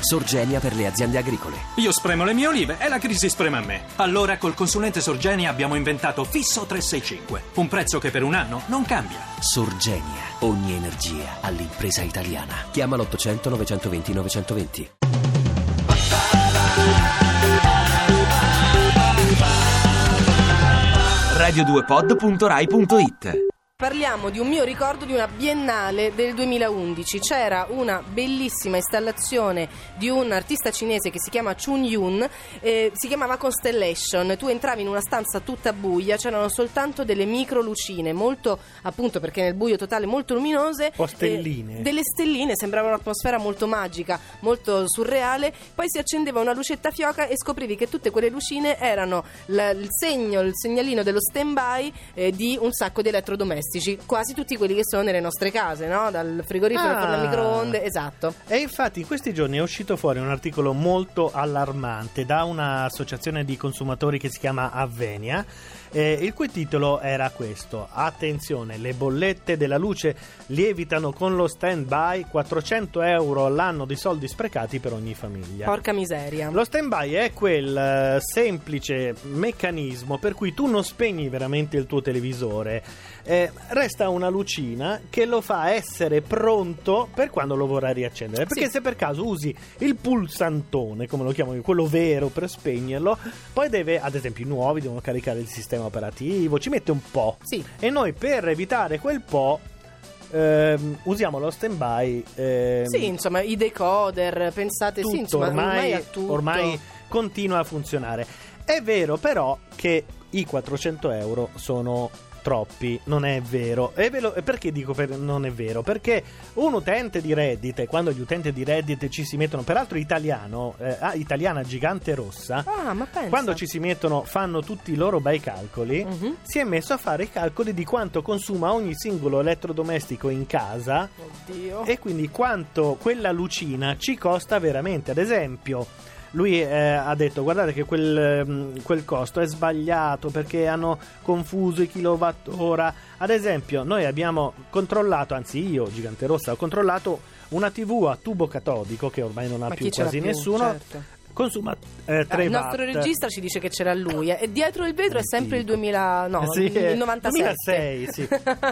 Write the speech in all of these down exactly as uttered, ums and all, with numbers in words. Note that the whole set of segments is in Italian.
Sorgenia per le aziende agricole. Io spremo le mie olive e la crisi sprema me. Allora col consulente Sorgenia abbiamo inventato Fisso trecentosessantacinque. Un prezzo che per un anno non cambia. Sorgenia. Ogni energia all'impresa italiana. Chiama l'ottocento novecentoventi novecentoventi. radio due pod punto rai punto it. Parliamo di un mio ricordo di una biennale del duemilaundici. C'era una bellissima installazione di un artista cinese che si chiama Chun Yun, eh, si chiamava Constellation. Tu entravi in una stanza tutta buia, c'erano soltanto delle micro lucine, molto, appunto perché nel buio totale, molto luminose. O stelline. Eh, delle stelline, sembrava un'atmosfera molto magica, molto surreale. Poi si accendeva una lucetta fioca e scoprivi che tutte quelle lucine erano la, il segno, il segnalino dello stand-by eh, di un sacco di elettrodomestici. Quasi tutti quelli che sono nelle nostre case, no? Dal frigorifero Ah. al microonde, esatto. E infatti in questi giorni è uscito fuori un articolo molto allarmante da un'associazione di consumatori che si chiama Avvenia, eh, il cui titolo era questo: attenzione, le bollette della luce lievitano con lo stand-by, quattrocento euro all'anno di soldi sprecati per ogni famiglia. Porca miseria. Lo stand-by è quel eh, semplice meccanismo per cui tu non spegni veramente il tuo televisore, eh, resta una lucina che lo fa essere pronto per quando lo vorrai riaccendere, perché Sì. se per caso usi il pulsantone, come lo chiamo io, quello vero per spegnerlo, poi deve, ad esempio i nuovi devono caricare il sistema operativo, ci mette un po'. Sì. E noi per evitare quel po' ehm, usiamo lo stand-by. ehm, Sì, insomma, i decoder, pensate, tutto, sì, insomma, ormai, ormai, a tutto. ormai continua a funzionare. È vero però che i quattrocento euro sono troppi, non è vero. E ve lo, perché dico per, non è vero? Perché un utente di Reddit, e quando gli utenti di Reddit ci si mettono, peraltro italiano, eh, ah, italiana gigante rossa, Ah, ma pensa. quando ci si mettono, fanno tutti i loro bei calcoli, Mhm. si è messo a fare i calcoli di quanto consuma ogni singolo elettrodomestico in casa Oddio. e quindi quanto quella lucina ci costa veramente. Ad esempio, lui eh, ha detto: guardate che quel, ehm, quel costo è sbagliato perché hanno confuso i kilowattora. Ad esempio, noi abbiamo controllato, anzi io, Gigante Rossa, ho controllato una tivù a tubo catodico che ormai non ha Ma più chi ce l'ha quasi più? nessuno. Certo. Consuma eh, tre Ah, il nostro watt. regista ci dice che c'era lui, eh. E dietro il vetro è sempre il duemila, no, Sì, il novantasette. duemilasei, sì.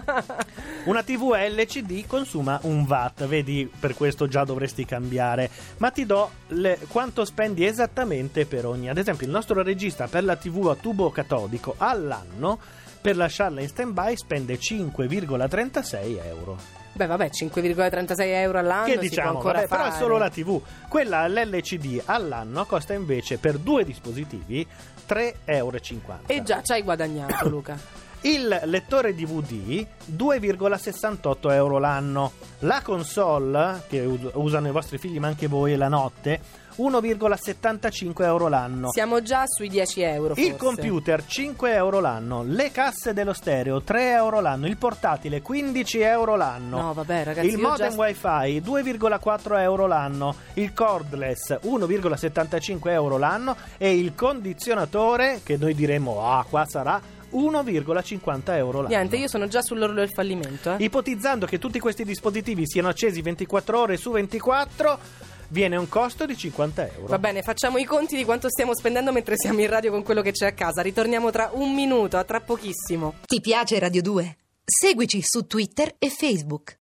Una tivù L C D consuma un watt, vedi, per questo già dovresti cambiare. Ma ti do le, quanto spendi esattamente per ogni. Ad esempio, il nostro regista per la tivù a tubo catodico all'anno, per lasciarla in stand-by, spende cinque virgola trentasei euro. Beh, vabbè, cinque virgola trentasei euro all'anno Che si può diciamo, ancora vabbè, però è fare. solo la tivù. Quella all'L C D all'anno costa invece per due dispositivi tre virgola cinquanta euro. E già ci hai guadagnato, Luca. Il lettore D V D due virgola sessantotto euro l'anno. La console che us- usano i vostri figli ma anche voi la notte uno virgola settantacinque euro l'anno. Siamo già sui dieci euro forse. Il computer cinque euro l'anno. Le casse dello stereo tre euro l'anno. Il portatile quindici euro l'anno. No, vabbè, ragazzi, Il io modem già... wifi due virgola quattro euro l'anno. Il cordless uno virgola settantacinque euro l'anno. E il condizionatore, che noi diremo ah qua sarà uno virgola cinquanta euro l'anno. Niente, io sono già sull'orlo del fallimento, eh. Ipotizzando che tutti questi dispositivi siano accesi ventiquattro ore su ventiquattro, viene un costo di cinquanta euro. Va bene, facciamo i conti di quanto stiamo spendendo mentre siamo in radio con quello che c'è a casa. Ritorniamo tra un minuto, a tra pochissimo. Ti piace Radio due? Seguici su Twitter e Facebook.